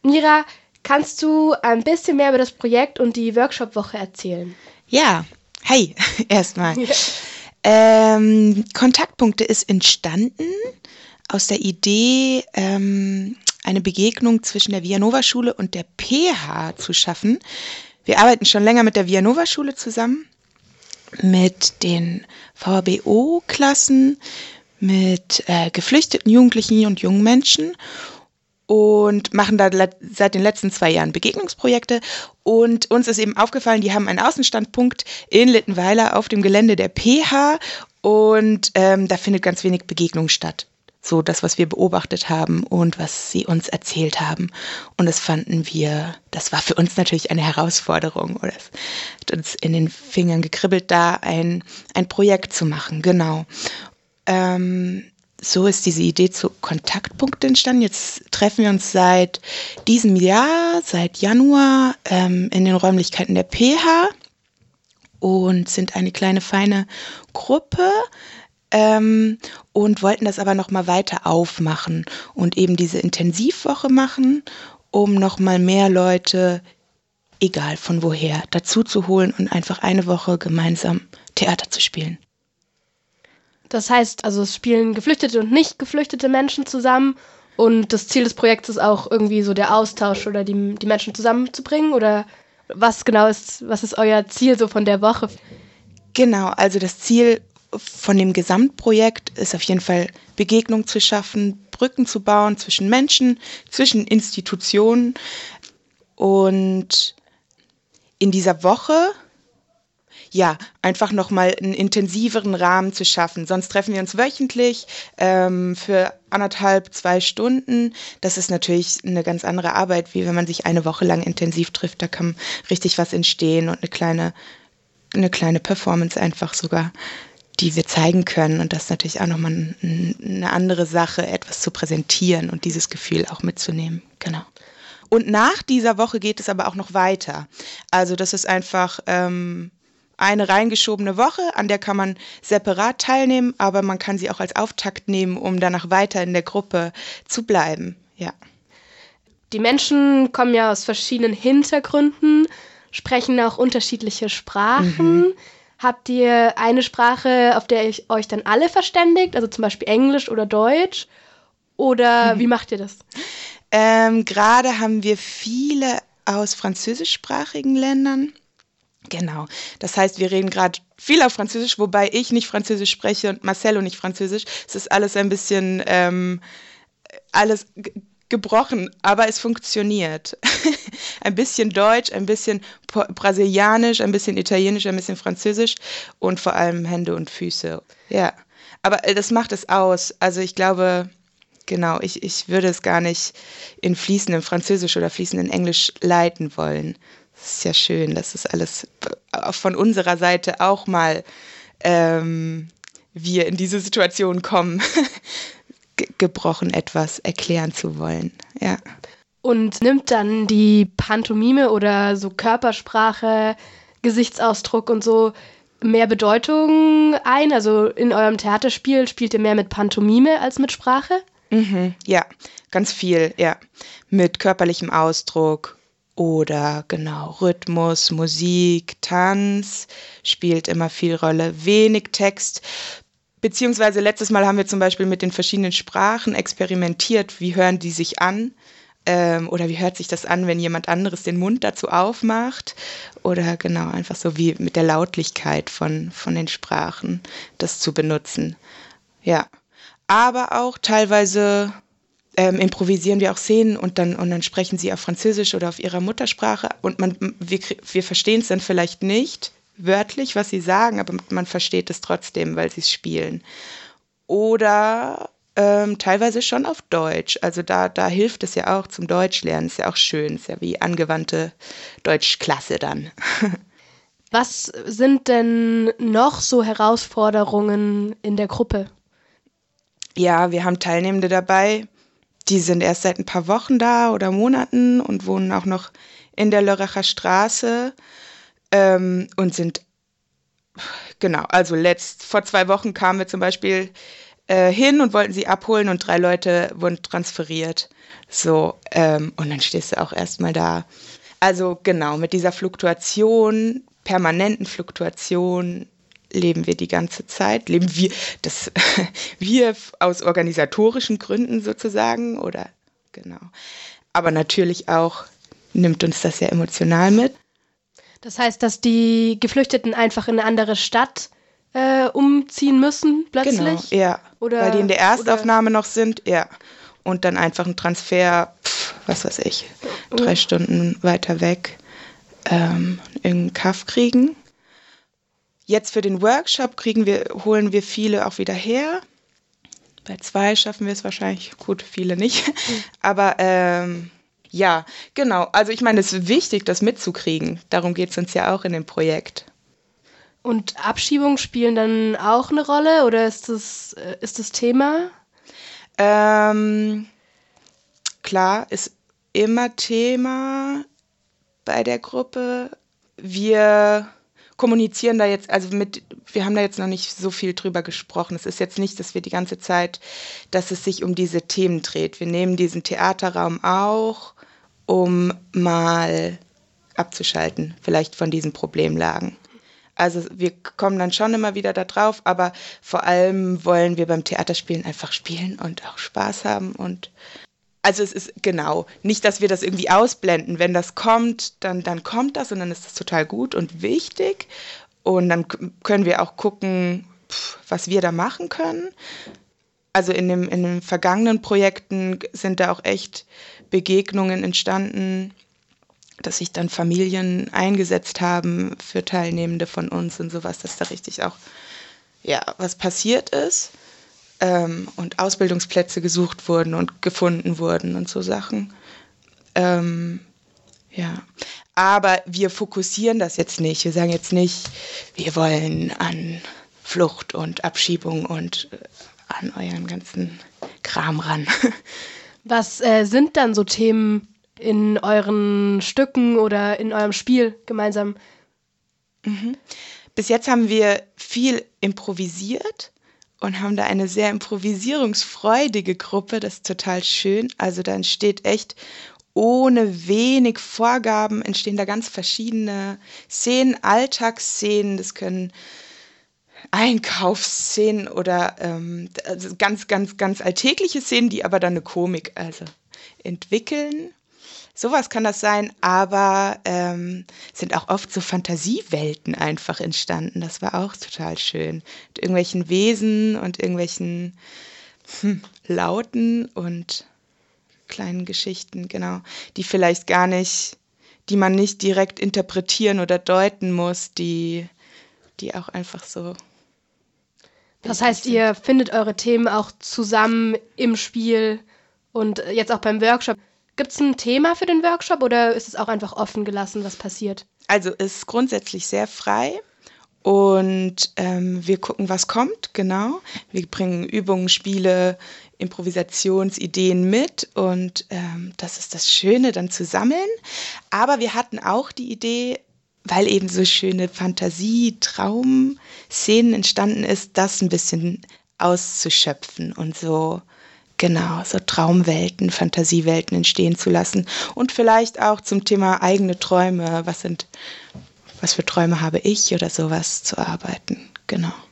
Mira, kannst du ein bisschen mehr über das Projekt und die Workshop-Woche erzählen? Ja, hey, erstmal. Kontaktpunkte ist entstanden aus der Idee, eine Begegnung zwischen der Vianova-Schule und der PH zu schaffen. Wir arbeiten schon länger mit der Vianova-Schule zusammen, mit den VHBO-Klassen, mit geflüchteten Jugendlichen und jungen Menschen und machen da seit den letzten 2 Jahren Begegnungsprojekte. Und uns ist eben aufgefallen, die haben einen Außenstandpunkt in Littenweiler auf dem Gelände der PH und da findet ganz wenig Begegnung statt. So das, was wir beobachtet haben und was sie uns erzählt haben. Und das fanden wir, das war für uns natürlich eine Herausforderung. Oder es hat uns in den Fingern gekribbelt, da ein Projekt zu machen, genau. So ist diese Idee zu Kontaktpunkten entstanden. Jetzt treffen wir uns seit diesem Jahr, seit Januar, in den Räumlichkeiten der PH und sind eine kleine, feine Gruppe und wollten das aber nochmal weiter aufmachen und eben diese Intensivwoche machen, um nochmal mehr Leute, egal von woher, dazu zu holen und einfach eine Woche gemeinsam Theater zu spielen. Das heißt, also es spielen geflüchtete und nicht geflüchtete Menschen zusammen und das Ziel des Projekts ist auch irgendwie so der Austausch oder die Menschen zusammenzubringen oder was ist euer Ziel so von der Woche? Genau, also das Ziel von dem Gesamtprojekt ist auf jeden Fall Begegnung zu schaffen, Brücken zu bauen zwischen Menschen, zwischen Institutionen und in dieser Woche einfach nochmal einen intensiveren Rahmen zu schaffen. Sonst treffen wir uns wöchentlich für 1,5, 2 Stunden. Das ist natürlich eine ganz andere Arbeit, wie wenn man sich eine Woche lang intensiv trifft. Da kann richtig was entstehen und eine kleine Performance einfach sogar, die wir zeigen können. Und das ist natürlich auch nochmal eine andere Sache, etwas zu präsentieren und dieses Gefühl auch mitzunehmen. Genau. Und nach dieser Woche geht es aber auch noch weiter. Also das ist einfach eine reingeschobene Woche, an der kann man separat teilnehmen, aber man kann sie auch als Auftakt nehmen, um danach weiter in der Gruppe zu bleiben. Ja. Die Menschen kommen ja aus verschiedenen Hintergründen, sprechen auch unterschiedliche Sprachen. Mhm. Habt ihr eine Sprache, auf der ihr euch dann alle verständigt, also zum Beispiel Englisch oder Deutsch? Oder wie macht ihr das? Gerade haben wir viele aus französischsprachigen Ländern. Genau. Das heißt, wir reden gerade viel auf Französisch, wobei ich nicht Französisch spreche und Marcello nicht Französisch. Es ist alles ein bisschen gebrochen, aber es funktioniert. Ein bisschen Deutsch, ein bisschen Brasilianisch, ein bisschen Italienisch, ein bisschen Französisch und vor allem Hände und Füße. Ja, aber das macht es aus. Also ich glaube, genau, ich würde es gar nicht in fließendem Französisch oder fließendem Englisch leiten wollen. Das ist ja schön, dass es alles von unserer Seite auch mal wir in diese Situation kommen, gebrochen etwas erklären zu wollen. Ja. Und nimmt dann die Pantomime oder so Körpersprache, Gesichtsausdruck und so mehr Bedeutung ein? Also in eurem Theaterspiel spielt ihr mehr mit Pantomime als mit Sprache? Mhm, ja, ganz viel, ja. Mit körperlichem Ausdruck. Oder genau, Rhythmus, Musik, Tanz spielt immer viel Rolle, wenig Text. Beziehungsweise letztes Mal haben wir zum Beispiel mit den verschiedenen Sprachen experimentiert, wie hören die sich an oder wie hört sich das an, wenn jemand anderes den Mund dazu aufmacht oder genau, einfach so wie mit der Lautlichkeit von den Sprachen das zu benutzen. Ja, aber auch teilweise improvisieren wir auch Szenen und dann sprechen sie auf Französisch oder auf ihrer Muttersprache und wir verstehen es dann vielleicht nicht wörtlich, was sie sagen, aber man versteht es trotzdem, weil sie es spielen. Oder teilweise schon auf Deutsch. Also da hilft es ja auch zum Deutschlernen, ist ja auch schön, ist ja wie angewandte Deutschklasse dann. Was sind denn noch so Herausforderungen in der Gruppe? Ja, wir haben Teilnehmende dabei, die sind erst seit ein paar Wochen da oder Monaten und wohnen auch noch in der Lörracher Straße und sind, genau, also vor 2 Wochen kamen wir zum Beispiel hin und wollten sie abholen und 3 Leute wurden transferiert. So, und dann stehst du auch erstmal da. Also genau, mit dieser Fluktuation, permanenten Fluktuation leben wir die ganze Zeit. Leben wir, wir aus organisatorischen Gründen sozusagen, oder genau. Aber natürlich auch nimmt uns das ja emotional mit. Das heißt, dass die Geflüchteten einfach in eine andere Stadt umziehen müssen plötzlich? Genau, ja. Oder, weil die in der Erstaufnahme noch sind, ja. Und dann einfach ein Transfer, was weiß ich, 3 Stunden weiter weg in Kaff kriegen. Jetzt für den Workshop holen wir viele auch wieder her. Bei 2 schaffen wir es wahrscheinlich, gut, viele nicht. Aber ja, genau. Also ich meine, es ist wichtig, das mitzukriegen. Darum geht es uns ja auch in dem Projekt. Und Abschiebungen spielen dann auch eine Rolle oder ist das Thema? Klar, ist immer Thema bei der Gruppe. Wir kommunizieren da jetzt, wir haben da jetzt noch nicht so viel drüber gesprochen. Es ist jetzt nicht, dass wir die ganze Zeit, dass es sich um diese Themen dreht. Wir nehmen diesen Theaterraum auch, um mal abzuschalten, vielleicht von diesen Problemlagen. Also wir kommen dann schon immer wieder da drauf, aber vor allem wollen wir beim Theaterspielen einfach spielen und auch Spaß haben. Und also es ist genau, nicht, dass wir das irgendwie ausblenden. Wenn das kommt, dann kommt das und dann ist das total gut und wichtig. Und dann können wir auch gucken, was wir da machen können. Also in den vergangenen Projekten sind da auch echt Begegnungen entstanden, dass sich dann Familien eingesetzt haben für Teilnehmende von uns und sowas, dass da richtig auch was passiert ist und Ausbildungsplätze gesucht wurden und gefunden wurden und so Sachen. Aber wir fokussieren das jetzt nicht. Wir sagen jetzt nicht, wir wollen an Flucht und Abschiebung und an euren ganzen Kram ran. Was sind dann so Themen in euren Stücken oder in eurem Spiel gemeinsam? Bis jetzt haben wir viel improvisiert und haben da eine sehr improvisierungsfreudige Gruppe. Das ist total schön. Also da entsteht echt ohne wenig Vorgaben, entstehen da ganz verschiedene Szenen, Alltagsszenen. Das können Einkaufsszenen oder also ganz, ganz, ganz alltägliche Szenen, die aber dann eine Komik entwickeln. Sowas kann das sein, aber sind auch oft so Fantasiewelten einfach entstanden. Das war auch total schön. Mit irgendwelchen Wesen und irgendwelchen Lauten und kleinen Geschichten, genau, die vielleicht gar nicht, die man nicht direkt interpretieren oder deuten muss, die auch einfach so. Das heißt, ihr findet eure Themen auch zusammen im Spiel und jetzt auch beim Workshop. Gibt es ein Thema für den Workshop oder ist es auch einfach offen gelassen, was passiert? Also es ist grundsätzlich sehr frei und wir gucken, was kommt, genau. Wir bringen Übungen, Spiele, Improvisationsideen mit und das ist das Schöne, dann zu sammeln. Aber wir hatten auch die Idee, weil eben so schöne Fantasie-Traum-Szenen entstanden ist, das ein bisschen auszuschöpfen und so, genau, so Traumwelten, Fantasiewelten entstehen zu lassen. Und vielleicht auch zum Thema eigene Träume, was für Träume habe ich oder sowas zu arbeiten, genau.